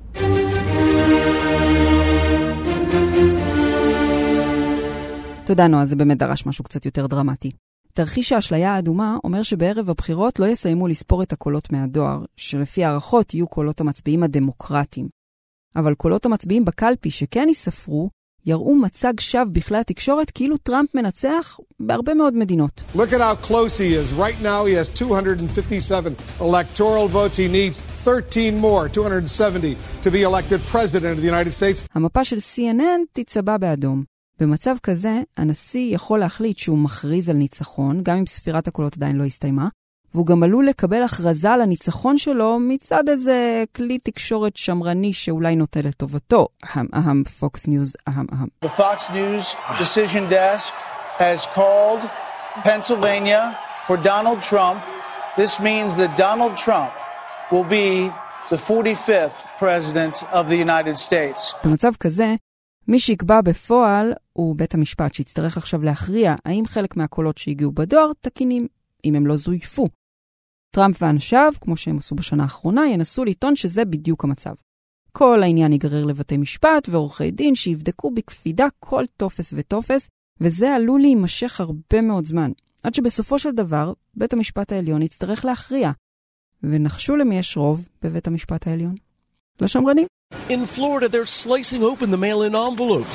Speaker 3: תודה נועה, זה באמת דרש משהו קצת יותר דרמטי. תרחיש האשליה האדומה אומר שבערב הבחירות לא יסיימו לספור את הקולות מהדואר, שלפי הערכות יהיו קולות המצביעים הדמוקרטיים. אבל קולות המצביעים בקלפי שכן יספרו, יראו מצג שווא בכלי התקשורת כאילו טראמפ מנצח בהרבה מאוד מדינות.
Speaker 9: Look at how close he is. Right now he has two hundred fifty-seven electoral votes. He needs thirteen more, two hundred seventy, to be elected president of the United States.
Speaker 3: המפה של סי אן אן תצבע באדום. במצב כזה, הנשיא יכול להחליט שהוא מכריז על ניצחון, גם אם ספירת הקולות עדיין לא הסתיימה, והוא גם עלול לקבל הכרזה על הניצחון שלו מצד איזה כלי תקשורת שמרני שאולי נוטה לטובתו. אהם, אהם, Fox News, אהם, אהם.
Speaker 4: The Fox News decision desk has called Pennsylvania for Donald Trump. This means that Donald Trump will be the forty-fifth president of the United States.
Speaker 3: במצב כזה, מי שיקבע בפועל הוא בית המשפט, שיצטרך עכשיו להכריע האם חלק מהקולות שהגיעו בדואר תקינים, אם הם לא זויפו. טראמפ ואנשיו, כמו שהם עשו בשנה האחרונה, ינסו לטעון שזה בדיוק המצב. כל העניין ייגרר לבתי משפט ועורכי דין שיבדקו בקפידה כל תופס ותופס, וזה עלול להימשך הרבה מאוד זמן, עד שבסופו של דבר בית המשפט העליון יצטרך להכריע. ונחשו למי יש רוב בבית המשפט העליון? לשמרנים.
Speaker 22: In Florida, they're slicing open the mail-in envelopes,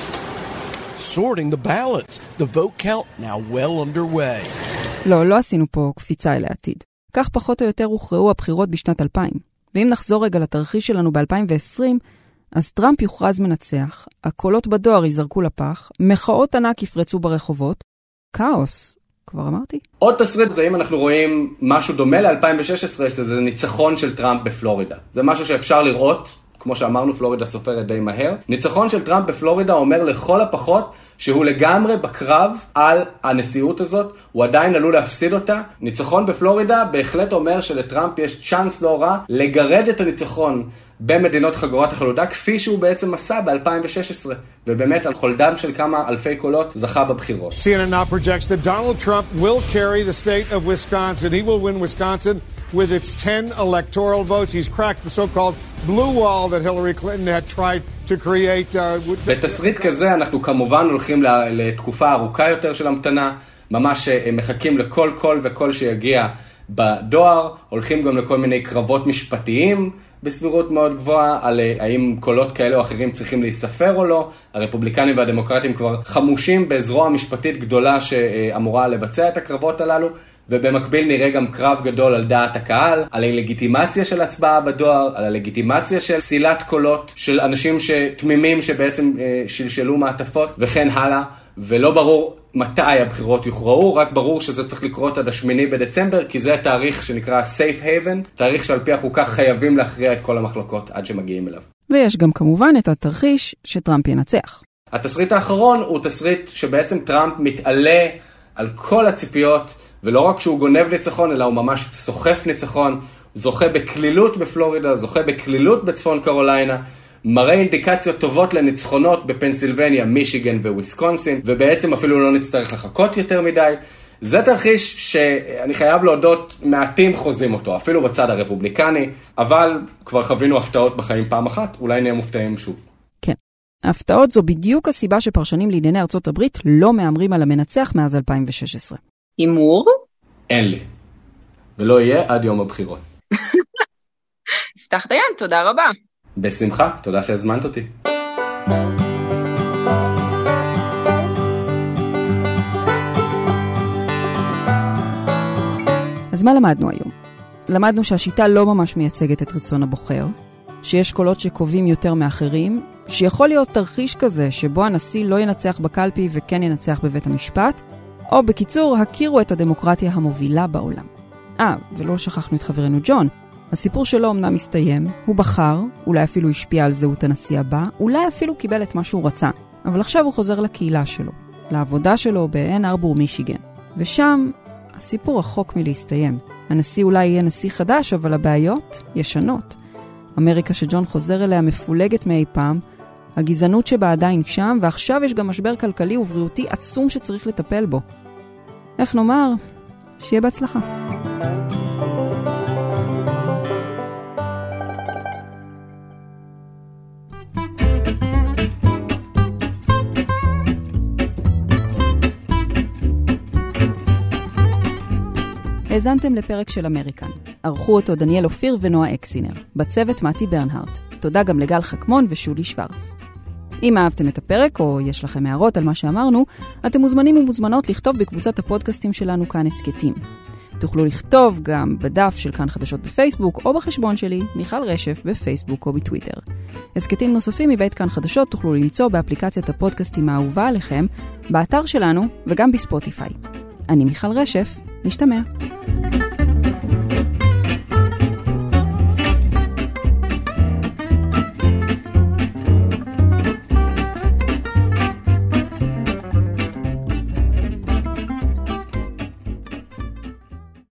Speaker 22: sorting the ballots. The vote count now well underway.
Speaker 3: לא, לא עשינו פה קפיצה אל העתיד. כך פחות או יותר הוכרעו הבחירות בשנת אלפיים. ואם נחזור רגע לתרחיש שלנו ב-אלפיים ועשרים, אז טראמפ יוכרז מנצח, הקולות בדואר ייזרקו לפח, מחאות ענק יפרצו ברחובות, כאוס, כבר אמרתי.
Speaker 2: עוד תסריט זה אם אנחנו רואים משהו דומה ל-אלפיים ושש עשרה, שזה ניצחון של טראמפ בפלורידה. זה משהו שאפשר לראות, כמו שאמרנו, פלורידה סופרת די מהר. ניצחון של טראמפ בפלורידה אומר לכל הפחות שהוא לגמרי בקרב על הנשיאות הזאת, הוא עדיין עלול להפסיד אותה. ניצחון בפלורידה בהחלט אומר שלטראמפ יש צ'אנס לא רע לגרד את הניצחון במדינות חגורת החלודה, כפי שהוא בעצם עשה ב-אלפיים ושש עשרה, ובאמת על חולדם של כמה אלפי קולות זכה בבחירות.
Speaker 9: C N N now projects that Donald Trump will carry the state of Wisconsin. He will win Wisconsin with its ten electoral votes. He's cracked the so-called blue wall that Hillary Clinton had tried to create.
Speaker 2: בתסריט כזה אנחנו כמובן הולכים לתקופה ארוכה יותר של המתנה, ממש מחכים לכל קול וקול שיגיע בדואר, הולכים גם לכל מיני קרבות משפטיים בסבירות מאוד גבוהה, על האם קולות כאלה או אחרים צריכים להיספר או לא. הרפובליקנים והדמוקרטים כבר חמושים בזרוע משפטית גדולה שאמורה לבצע את הקרבות הללו, ובמקביל נראה גם קרב גדול על דעת הקהל, על הלגיטימציה של הצבעה בדואר, על הלגיטימציה של סילת קולות של אנשים שתמימים שבעצם שלשלו מעטפות וכן הלאה, ולא ברור מתי הבחירות יוכרעו, רק ברור שזה צריך לקרות עד השמיני בדצמבר, כי זה התאריך שנקרא Safe Haven, תאריך שעל פי החוקה חייבים להכריע את כל המחלוקות עד שמגיעים אליו.
Speaker 3: ויש גם כמובן את התרחיש שטראמפ ינצח.
Speaker 2: התסריט האחרון הוא תסריט שבעצם טראמפ מתעלה על כל הציפיות, ולא רק שהוא גונב ניצחון, אלא הוא ממש סוחף ניצחון, זוכה בכלילות בפלורידה, זוכה בכלילות בצפון קרוליינה, מראה אינדיקציות טובות לניצחונות בפנסילבניה, מישיגן וויסקונסין, ובעצם אפילו לא נצטרך לחכות יותר מדי. זה תרחיש שאני חייב להודות, מעטים חוזים אותו, אפילו בצד הרפובליקני, אבל כבר חווינו הפתעות בחיים פעם אחת, אולי נהיה מופתעים שוב.
Speaker 3: כן, ההפתעות זו בדיוק הסיבה שפרשנים לענייני ארצות הברית לא מאמרים על המנצח מאז אלפיים ושש עשרה.
Speaker 10: הימור?
Speaker 2: אין לי. ולא יהיה עד יום הבחירות.
Speaker 10: יפתח דיין, תודה רבה.
Speaker 2: בשמחה, תודה שהזמנת אותי.
Speaker 3: אז מה למדנו היום? למדנו שהשיטה לא ממש מייצגת את רצון הבוחר, שיש קולות שקובעים יותר מאחרים, שיכול להיות תרחיש כזה שבו הנשיא לא ינצח בקלפי וכן ינצח בבית המשפט, או בקיצור, הכירו את הדמוקרטיה המובילה בעולם. אה, ולא שכחנו את חברנו ג'ון. הסיפור שלו אמנם מסתיים, הוא בחר, אולי אפילו השפיע על זהות הנשיא הבא, אולי אפילו קיבל את מה שהוא רצה, אבל עכשיו הוא חוזר לקהילה שלו, לעבודה שלו באן ארבור, מישיגן. ושם הסיפור רחוק מלהסתיים. הנשיא אולי יהיה נשיא חדש, אבל הבעיות ישנות. אמריקה שג'ון חוזר אליה מפולגת מאי פעם, הגזענות שבה עדיין שם, ועכשיו יש גם משבר כלכלי ובריאותי עצום שצריך לטפל בו. איך נאמר? שיהיה בהצלחה. האזנתם לפרק של אמריקן. ערכו אותו דניאל אופיר ונועה אקסינר. בצוות מתי ברנהרט. תודה גם לגל חכמון ושולי שוורץ. אם אהבתם את הפרק או יש לכם הערות על מה שאמרנו, אתם מוזמנים ומוזמנות לכתוב בקבוצת הפודקאסטים שלנו כאן הסקטים. תוכלו לכתוב גם בדף של כאן חדשות בפייסבוק או בחשבון שלי, מיכל רשף, בפייסבוק או בטוויטר. הסקטים נוספים מבית כאן חדשות תוכלו למצוא באפליקציית הפודקאסטים האהובה עליכם, באתר שלנו וגם בספוטיפיי. אני מיכל רשף, נשתמע.